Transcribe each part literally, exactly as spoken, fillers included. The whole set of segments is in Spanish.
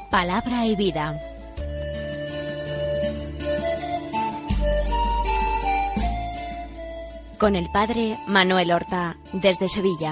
Palabra y vida. Con el padre Manuel Horta, desde Sevilla.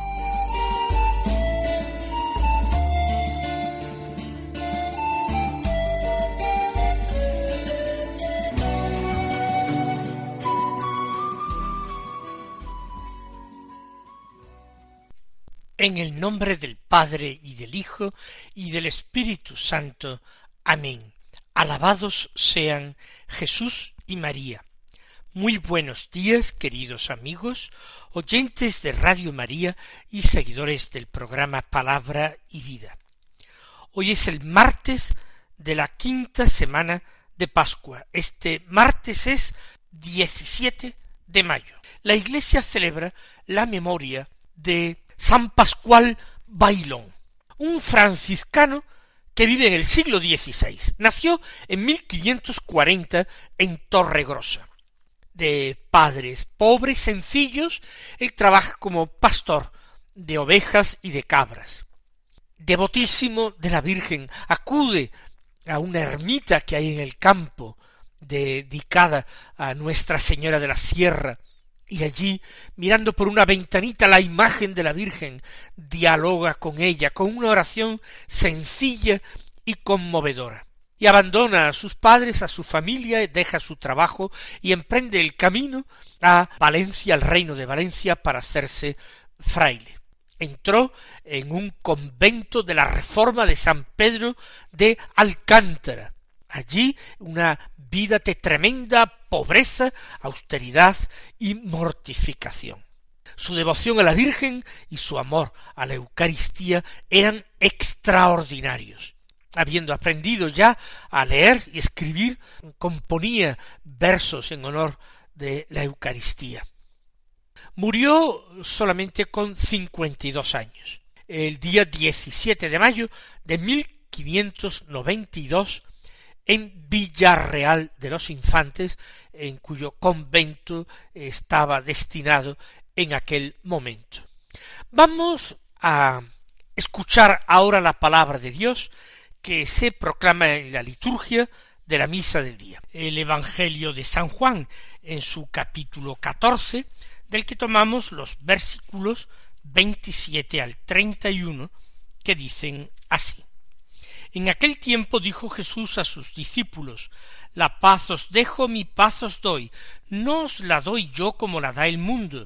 En el nombre del Padre, y del Hijo, y del Espíritu Santo. Amén. Alabados sean Jesús y María. Muy buenos días, queridos amigos, oyentes de Radio María y seguidores del programa Palabra y Vida. Hoy es el martes de la quinta semana de Pascua. Este martes es diecisiete de mayo. La Iglesia celebra la memoria de San Pascual Bailón, un franciscano que vive en el siglo dieciséis. Nació en mil quinientos cuarenta en Torregrosa. De padres pobres, sencillos, él trabaja como pastor de ovejas y de cabras. Devotísimo de la Virgen, acude a una ermita que hay en el campo, dedicada a Nuestra Señora de la Sierra, y allí, mirando por una ventanita la imagen de la Virgen, dialoga con ella, con una oración sencilla y conmovedora. Y abandona a sus padres, a su familia, deja su trabajo y emprende el camino a Valencia, al reino de Valencia, para hacerse fraile. Entró en un convento de la Reforma de San Pedro de Alcántara. Allí una vida de tremenda pobreza, austeridad y mortificación. Su devoción a la Virgen y su amor a la Eucaristía eran extraordinarios. Habiendo aprendido ya a leer y escribir, componía versos en honor de la Eucaristía. Murió solamente con cincuenta y dos años, el día diecisiete de mayo de mil quinientos noventa y dos, en Villarreal de los Infantes, en cuyo convento estaba destinado en aquel momento. Vamos a escuchar ahora la palabra de Dios que se proclama en la liturgia de la misa del día. El Evangelio de San Juan, en su capítulo catorce, del que tomamos los versículos veintisiete al treinta y uno, que dicen así. En aquel tiempo dijo Jesús a sus discípulos: La paz os dejo, mi paz os doy, no os la doy yo como la da el mundo.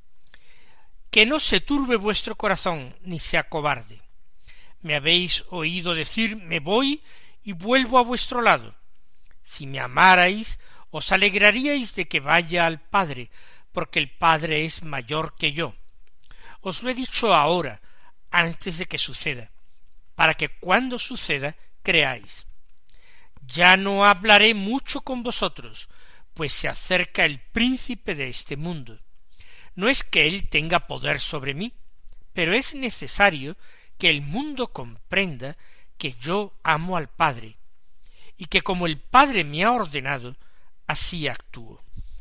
Que no se turbe vuestro corazón, ni se acobarde. Me habéis oído decir: me voy y vuelvo a vuestro lado. Si me amarais, os alegraríais de que vaya al Padre, porque el Padre es mayor que yo. Os lo he dicho ahora, antes de que suceda, para que cuando suceda creáis. Ya no hablaré mucho con vosotros, pues se acerca el príncipe de este mundo. No es que él tenga poder sobre mí, pero es necesario que el mundo comprenda que yo amo al Padre, y que como el Padre me ha ordenado, así actúo.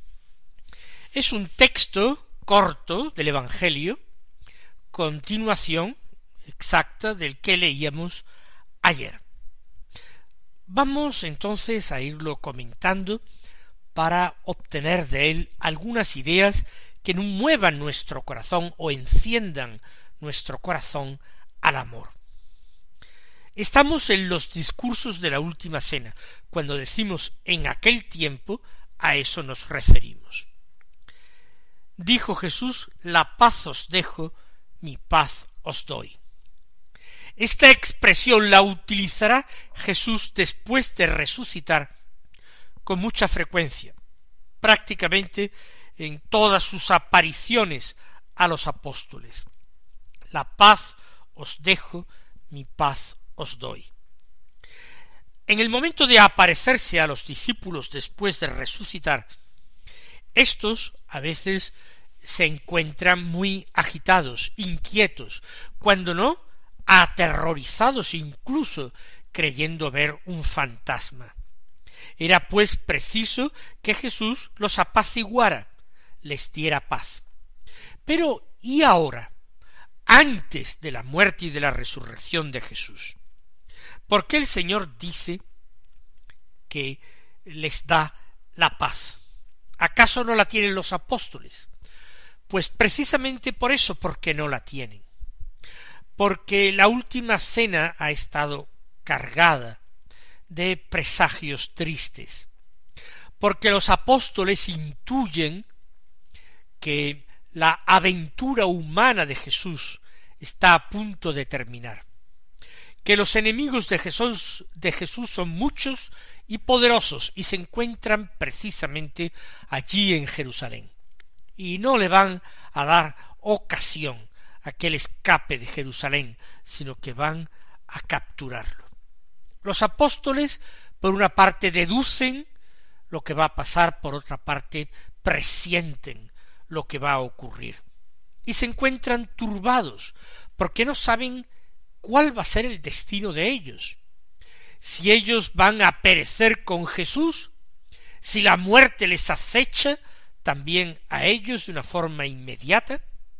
Es un texto corto del Evangelio, continuación exacta del que leíamos ayer. Vamos entonces a irlo comentando para obtener de él algunas ideas que muevan nuestro corazón o enciendan nuestro corazón al amor. Estamos en los discursos de la última cena. Cuando decimos en aquel tiempo, a eso nos referimos. Dijo Jesús: la paz os dejo, mi paz os doy. Esta expresión la utilizará Jesús después de resucitar con mucha frecuencia, prácticamente en todas sus apariciones a los apóstoles. La paz os dejo, mi paz os doy. En el momento de aparecerse a los discípulos después de resucitar, estos a veces se encuentran muy agitados, inquietos, cuando no aterrorizados incluso, creyendo ver un fantasma. Era pues preciso que Jesús los apaciguara, les diera paz. Pero ¿y ahora? Antes de la muerte y de la resurrección de Jesús. ¿Por qué el Señor dice que les da la paz? ¿Acaso no la tienen los apóstoles? Pues precisamente por eso, porque no la tienen. Porque la última cena ha estado cargada de presagios tristes. Porque los apóstoles intuyen que la aventura humana de Jesús está a punto de terminar. Que los enemigos de Jesús, de Jesús son muchos y poderosos y se encuentran precisamente allí en Jerusalén. Y no le van a dar ocasión a que él escape de Jerusalén, sino que van a capturarlo. Los apóstoles, por una parte, deducen lo que va a pasar, por otra parte, presienten lo que va a ocurrir. Y se encuentran turbados, porque no saben cuál va a ser el destino de ellos. Si ellos van a perecer con Jesús, si la muerte les acecha también a ellos de una forma inmediata,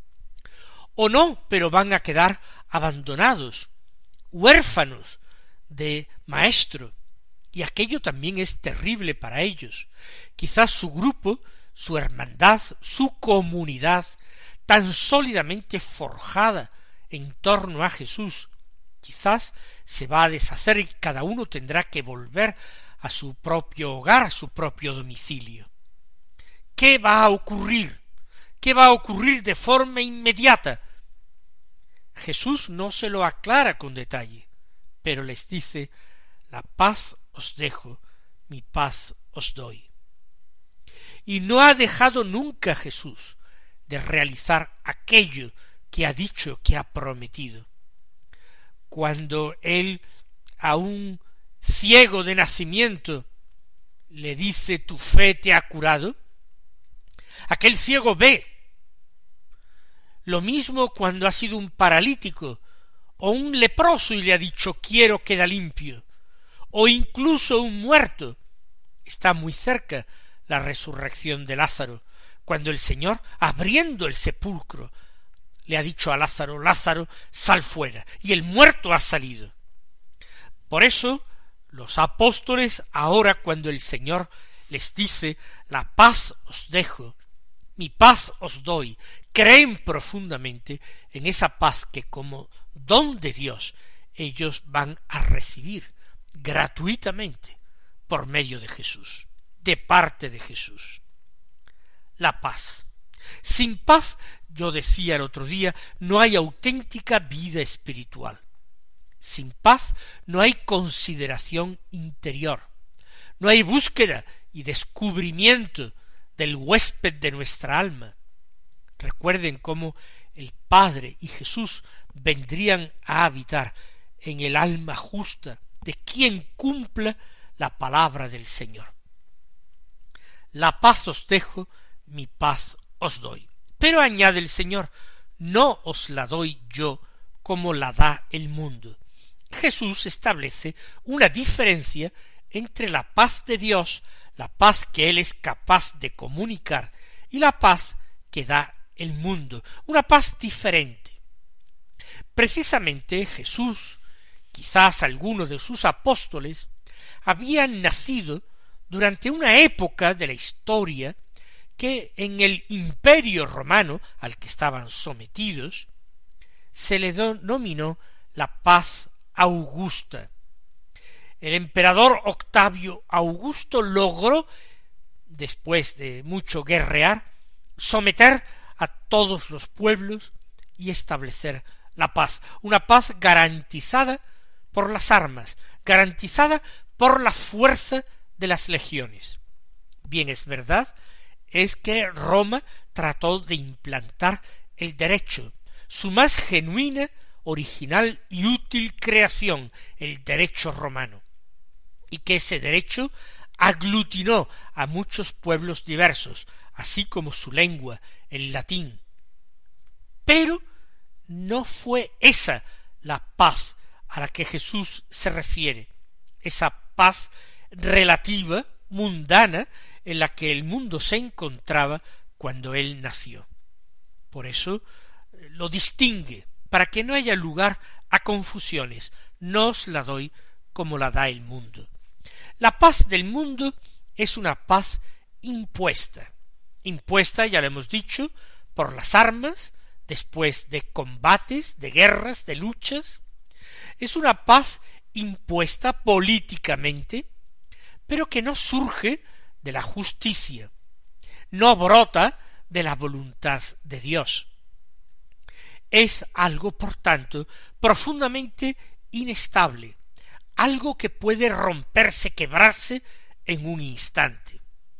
o no, pero van a quedar abandonados, huérfanos de maestro, y aquello también es terrible para ellos. Quizás su grupo, su hermandad, su comunidad, tan sólidamente forjada en torno a Jesús, quizás se va a deshacer y cada uno tendrá que volver a su propio hogar, a su propio domicilio. ¿Qué va a ocurrir? ¿Qué va a ocurrir de forma inmediata? Jesús no se lo aclara con detalle, pero les dice: la paz os dejo, mi paz os doy. Y no ha dejado nunca Jesús de realizar aquello que ha dicho, que ha prometido. Cuando él a un ciego de nacimiento le dice: tu fe te ha curado, aquel ciego ve. Lo mismo cuando ha sido un paralítico o un leproso y le ha dicho: quiero, queda limpio, o incluso un muerto. Está muy cerca la resurrección de Lázaro, cuando el Señor, abriendo el sepulcro, le ha dicho a Lázaro: Lázaro, sal fuera, y el muerto ha salido. Por eso los apóstoles, ahora cuando el Señor les dice: la paz os dejo, mi paz os doy, creen profundamente en esa paz que como don de Dios ellos van a recibir gratuitamente por medio de Jesús, de parte de Jesús. La paz. Sin paz, yo decía el otro día, no hay auténtica vida espiritual. Sin paz no hay consideración interior, no hay búsqueda y descubrimiento del huésped de nuestra alma. Recuerden cómo el Padre y Jesús vendrían a habitar en el alma justa de quien cumpla la palabra del Señor. La paz os dejo, mi paz os doy. Pero añade el Señor: no os la doy yo como la da el mundo. Jesús establece una diferencia entre la paz de Dios, la paz que Él es capaz de comunicar, y la paz que da el mundo, una paz diferente. Precisamente Jesús, quizás algunos de sus apóstoles, habían nacido durante una época de la historia que en el imperio romano al que estaban sometidos se le denominó la paz augusta. El emperador Octavio Augusto logró, después de mucho guerrear, someter a todos los pueblos y establecer la paz, una paz garantizada por las armas, garantizada por la fuerza de las legiones. Bien, es verdad, es que Roma trató de implantar el derecho, su más genuina, original y útil creación, el derecho romano, y que ese derecho aglutinó a muchos pueblos diversos, así como su lengua, el latín. Pero no fue esa la paz a la que Jesús se refiere, esa paz relativa, mundana, en la que el mundo se encontraba cuando él nació. Por eso lo distingue, para que no haya lugar a confusiones. No os la doy como la da el mundo. La paz del mundo es una paz impuesta. Impuesta, ya lo hemos dicho, por las armas, después de combates, de guerras, de luchas. Es una paz impuesta políticamente, pero que no surge de la justicia, no brota de la voluntad de Dios. Es algo, por tanto, profundamente inestable, algo que puede romperse, quebrarse en un instante.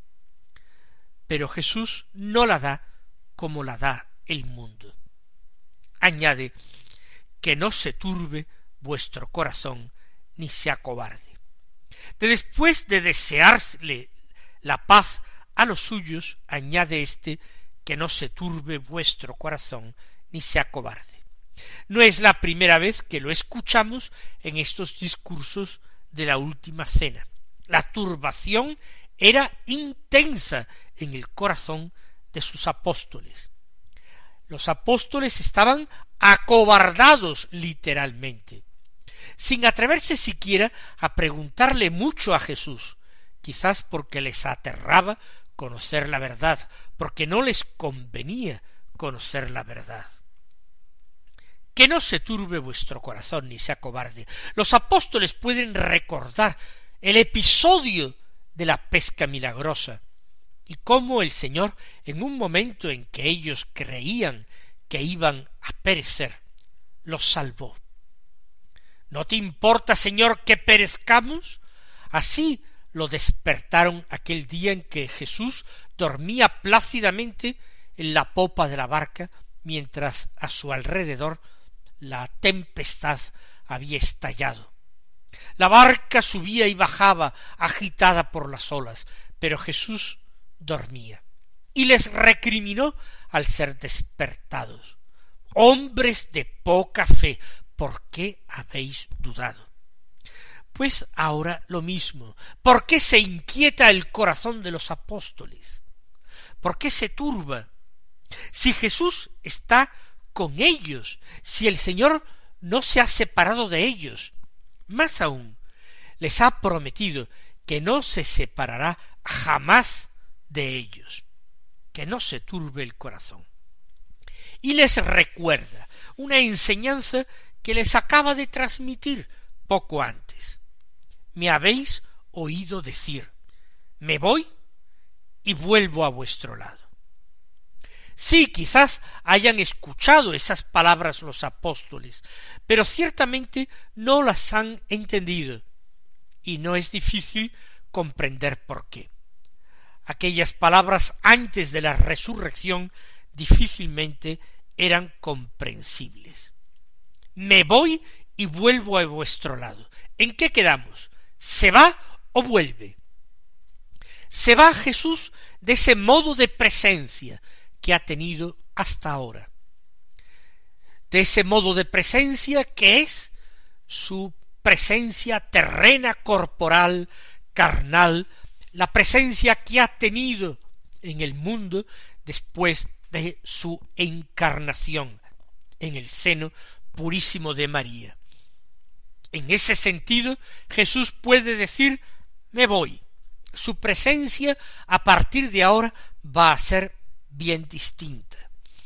Pero Jesús no la da como la da el mundo. Añade, que no se turbe vuestro corazón ni se acobarde. De después de desearle la paz a los suyos, añade éste, que no se turbe vuestro corazón ni se acobarde. No es la primera vez que lo escuchamos en estos discursos de la última cena. La turbación era intensa en el corazón de sus apóstoles. Los apóstoles estaban acobardados literalmente, sin atreverse siquiera a preguntarle mucho a Jesús, quizás porque les aterraba conocer la verdad, porque no les convenía conocer la verdad. Que no se turbe vuestro corazón ni se acobarde. Los apóstoles pueden recordar el episodio de la pesca milagrosa y cómo el Señor, en un momento en que ellos creían que iban a perecer, los salvó. ¿No te importa, Señor, que perezcamos? Así lo despertaron aquel día en que Jesús dormía plácidamente en la popa de la barca, mientras a su alrededor la tempestad había estallado. La barca subía y bajaba, agitada por las olas, pero Jesús dormía, y les recriminó al ser despertados. Hombres de poca fe, ¿por qué habéis dudado? Pues ahora lo mismo. ¿Por qué se inquieta el corazón de los apóstoles? ¿Por qué se turba? Si Jesús está con ellos, si el Señor no se ha separado de ellos, más aún, les ha prometido que no se separará jamás de ellos, que no se turbe el corazón. Y les recuerda una enseñanza que les acaba de transmitir poco antes. Me habéis oído decir, me voy y vuelvo a vuestro lado. Sí, quizás hayan escuchado esas palabras los apóstoles, pero ciertamente no las han entendido, y no es difícil comprender por qué. Aquellas palabras antes de la resurrección difícilmente eran comprensibles. Me voy y vuelvo a vuestro lado. ¿En qué quedamos? ¿Se va o vuelve? Se va Jesús de ese modo de presencia que ha tenido hasta ahora, de ese modo de presencia que es su presencia terrena, corporal, carnal, la presencia que ha tenido en el mundo después de su encarnación en el seno purísimo de María. En ese sentido, Jesús puede decir, me voy. Su presencia a partir de ahora va a ser bien distinta.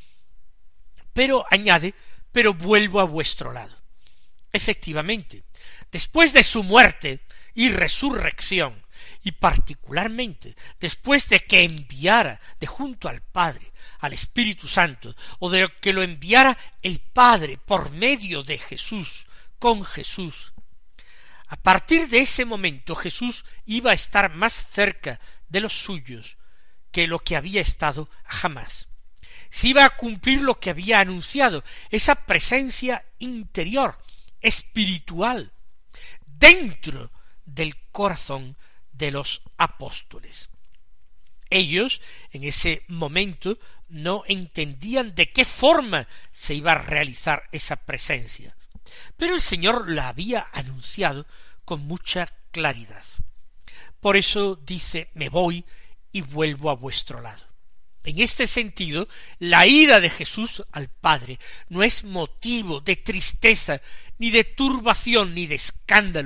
Pero añade, pero vuelvo a vuestro lado. Efectivamente, después de su muerte y resurrección, y particularmente después de que enviara de junto al Padre al Espíritu Santo, o de que lo enviara el Padre por medio de Jesús, con Jesús, a partir de ese momento Jesús iba a estar más cerca de los suyos que lo que había estado jamás. Se iba a cumplir lo que había anunciado, esa presencia interior, espiritual, dentro del corazón de los apóstoles. Ellos, en ese momento, no entendían de qué forma se iba a realizar esa presencia, pero el Señor la había anunciado con mucha claridad. Por eso dice, me voy y vuelvo a vuestro lado. En este sentido, la ida de Jesús al Padre no es motivo de tristeza, ni de turbación, ni de escándalo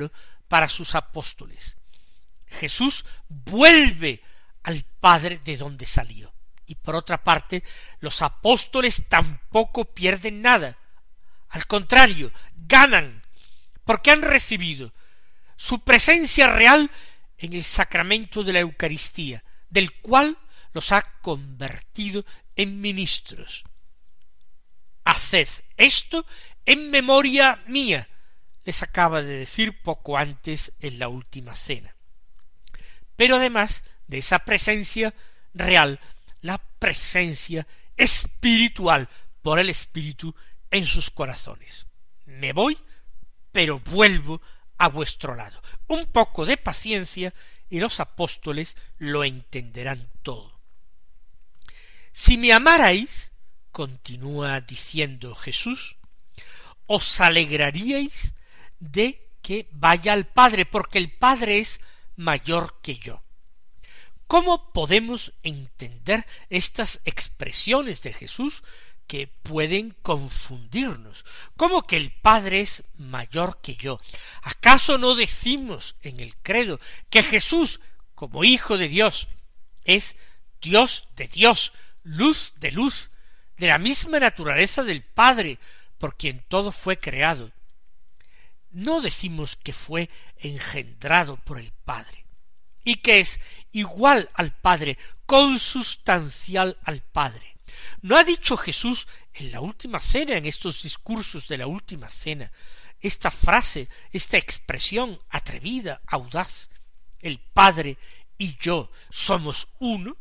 para sus apóstoles. Jesús vuelve al Padre de donde salió. Y por otra parte, los apóstoles tampoco pierden nada. Al contrario, ganan, porque han recibido su presencia real en el sacramento de la Eucaristía, del cual los ha convertido en ministros. Haced esto en memoria mía, les acaba de decir poco antes en la última cena. Pero además de esa presencia real, la presencia espiritual por el Espíritu en sus corazones. Me voy, pero vuelvo a vuestro lado. Un poco de paciencia y los apóstoles lo entenderán todo. Si me amarais, continúa diciendo Jesús, os alegraríais de que vaya al Padre, porque el Padre es mayor que yo. ¿Cómo podemos entender estas expresiones de Jesús que pueden confundirnos? ¿Cómo que el Padre es mayor que yo? ¿Acaso no decimos en el credo que Jesús, como Hijo de Dios, es Dios de Dios, luz de luz, de la misma naturaleza del Padre, por quien todo fue creado? No decimos que fue engendrado por el Padre, y que es igual al Padre, consustancial al Padre. ¿No ha dicho Jesús en la última cena, en estos discursos de la última cena, esta frase, esta expresión atrevida, audaz? El Padre y yo somos uno.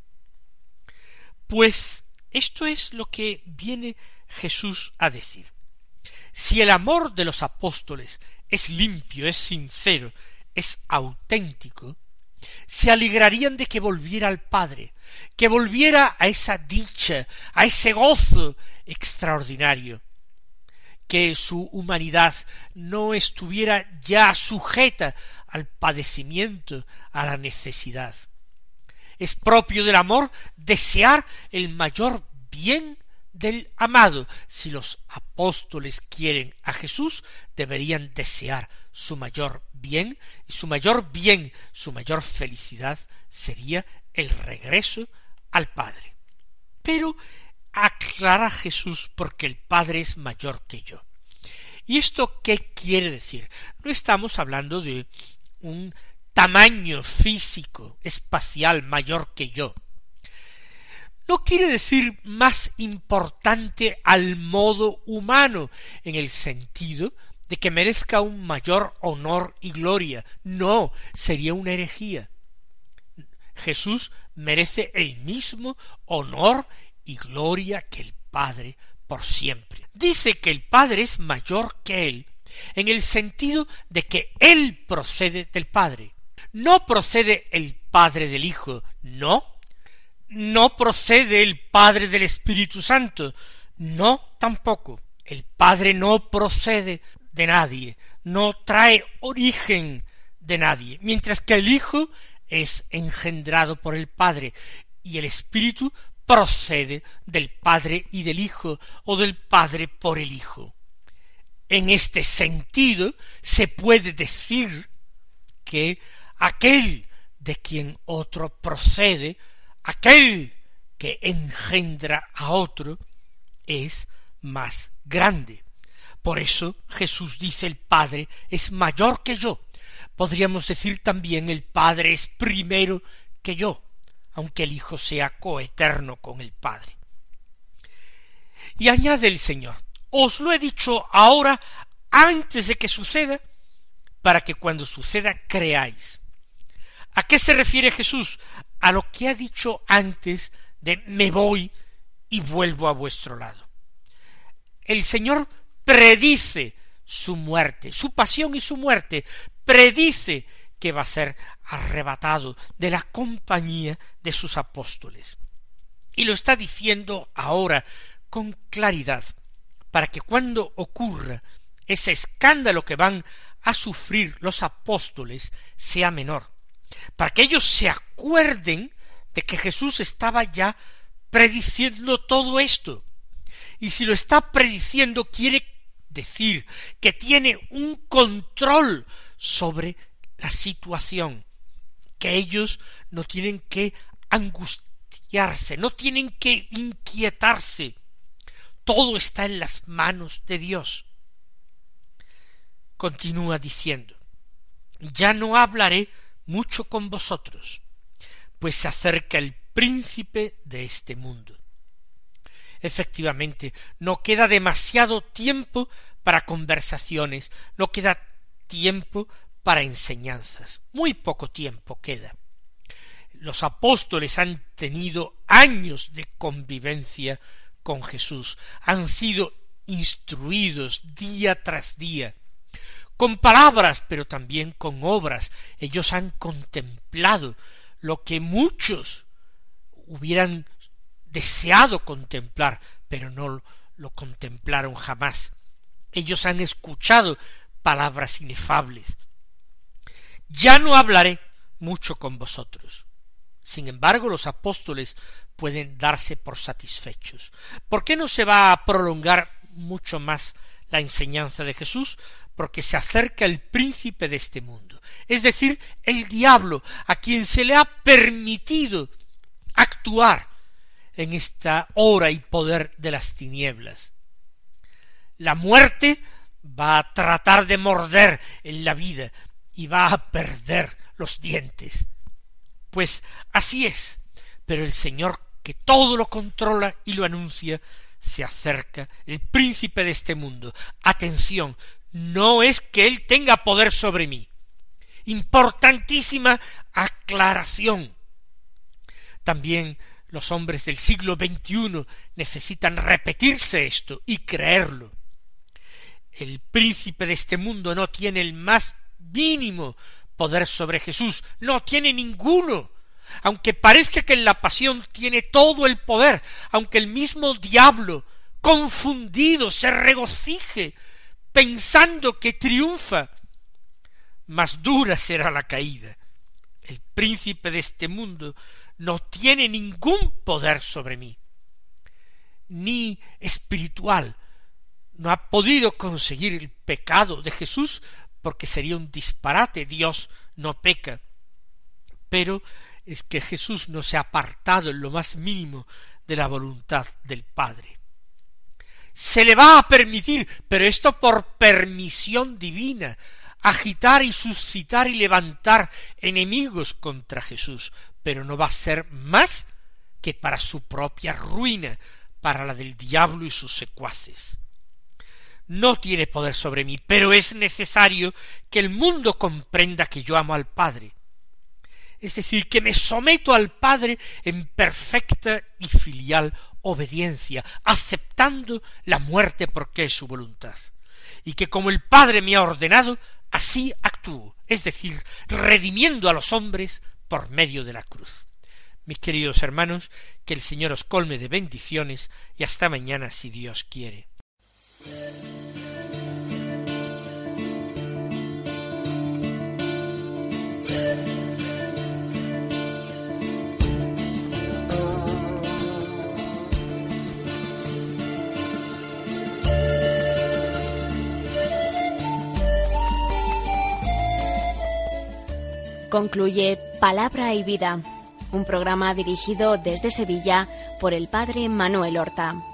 Pues esto es lo que viene Jesús a decir. Si el amor de los apóstoles es limpio, es sincero, es auténtico, se alegrarían de que volviera al Padre, que volviera a esa dicha, a ese gozo extraordinario, que su humanidad no estuviera ya sujeta al padecimiento, a la necesidad. Es propio del amor desear el mayor bien del amado. Si los apóstoles quieren a Jesús, deberían desear su mayor bien, y su mayor bien, su mayor felicidad sería el regreso al Padre. Pero aclara Jesús porque el Padre es mayor que yo. ¿Y esto qué quiere decir? No estamos hablando de un tamaño físico, espacial mayor que yo. No quiere decir más importante al modo humano, en el sentido de que merezca un mayor honor y gloria. No, sería una herejía. Jesús merece el mismo honor y gloria que el Padre por siempre. Dice que el Padre es mayor que él, en el sentido de que él procede del Padre. No procede el Padre del Hijo, no. No procede el Padre del Espíritu Santo, no tampoco. El Padre no procede de nadie, no trae origen de nadie, mientras que el Hijo es engendrado por el Padre y el Espíritu procede del Padre y del Hijo, o del Padre por el Hijo. En este sentido se puede decir que aquel de quien otro procede, aquel que engendra a otro, es más grande. Por eso Jesús dice el Padre es mayor que yo. Podríamos decir también el Padre es primero que yo, aunque el Hijo sea coeterno con el Padre. Y añade el Señor, os lo he dicho ahora antes de que suceda, para que cuando suceda creáis. ¿A qué se refiere Jesús? A lo que ha dicho antes de me voy y vuelvo a vuestro lado. El Señor predice su muerte, su pasión y su muerte, predice que va a ser arrebatado de la compañía de sus apóstoles. Y lo está diciendo ahora con claridad, para que cuando ocurra ese escándalo que van a sufrir los apóstoles sea menor, para que ellos se acuerden de que Jesús estaba ya prediciendo todo esto. Y si lo está prediciendo, quiere decir que tiene un control sobre la situación, que ellos no tienen que angustiarse, no tienen que inquietarse. Todo está en las manos de Dios. Continúa diciendo: ya no hablaré mucho con vosotros, pues se acerca el príncipe de este mundo. Efectivamente, no queda demasiado tiempo para conversaciones, no queda tiempo para enseñanzas, muy poco tiempo queda. Los apóstoles han tenido años de convivencia con Jesús, han sido instruidos día tras día, con palabras, pero también con obras. Ellos han contemplado lo que muchos hubieran deseado contemplar, pero no lo contemplaron jamás. Ellos han escuchado palabras inefables. Ya no hablaré mucho con vosotros. Sin embargo, los apóstoles pueden darse por satisfechos. ¿Por qué no se va a prolongar mucho más la enseñanza de Jesús? Porque se acerca el príncipe de este mundo, es decir, el diablo, a quien se le ha permitido actuar en esta hora y poder de las tinieblas. La muerte va a tratar de morder en la vida y va a perder los dientes. Pues así es, pero el Señor, que todo lo controla y lo anuncia, se acerca, el príncipe de este mundo. Atención, no es que él tenga poder sobre mí. Importantísima aclaración. También los hombres del siglo veintiuno necesitan repetirse esto y creerlo. El príncipe de este mundo no tiene el más mínimo poder sobre Jesús, no tiene ninguno. Aunque parezca que en la pasión tiene todo el poder, aunque el mismo diablo, confundido, se regocije pensando que triunfa, más dura será la caída. El príncipe de este mundo no tiene ningún poder sobre mí, ni espiritual. No ha podido conseguir el pecado de Jesús, porque sería un disparate. Dios no peca. Pero es que Jesús no se ha apartado en lo más mínimo de la voluntad del Padre. Se le va a permitir, pero esto por permisión divina, agitar y suscitar y levantar enemigos contra Jesús, pero no va a ser más que para su propia ruina, para la del diablo y sus secuaces. No tiene poder sobre mí, pero es necesario que el mundo comprenda que yo amo al Padre. Es decir, que me someto al Padre en perfecta y filial obediencia, aceptando la muerte porque es su voluntad, y que como el Padre me ha ordenado, así actúo, es decir, redimiendo a los hombres por medio de la cruz. Mis queridos hermanos, que el Señor os colme de bendiciones y hasta mañana si Dios quiere. Concluye Palabra y Vida, un programa dirigido desde Sevilla por el padre Manuel Horta.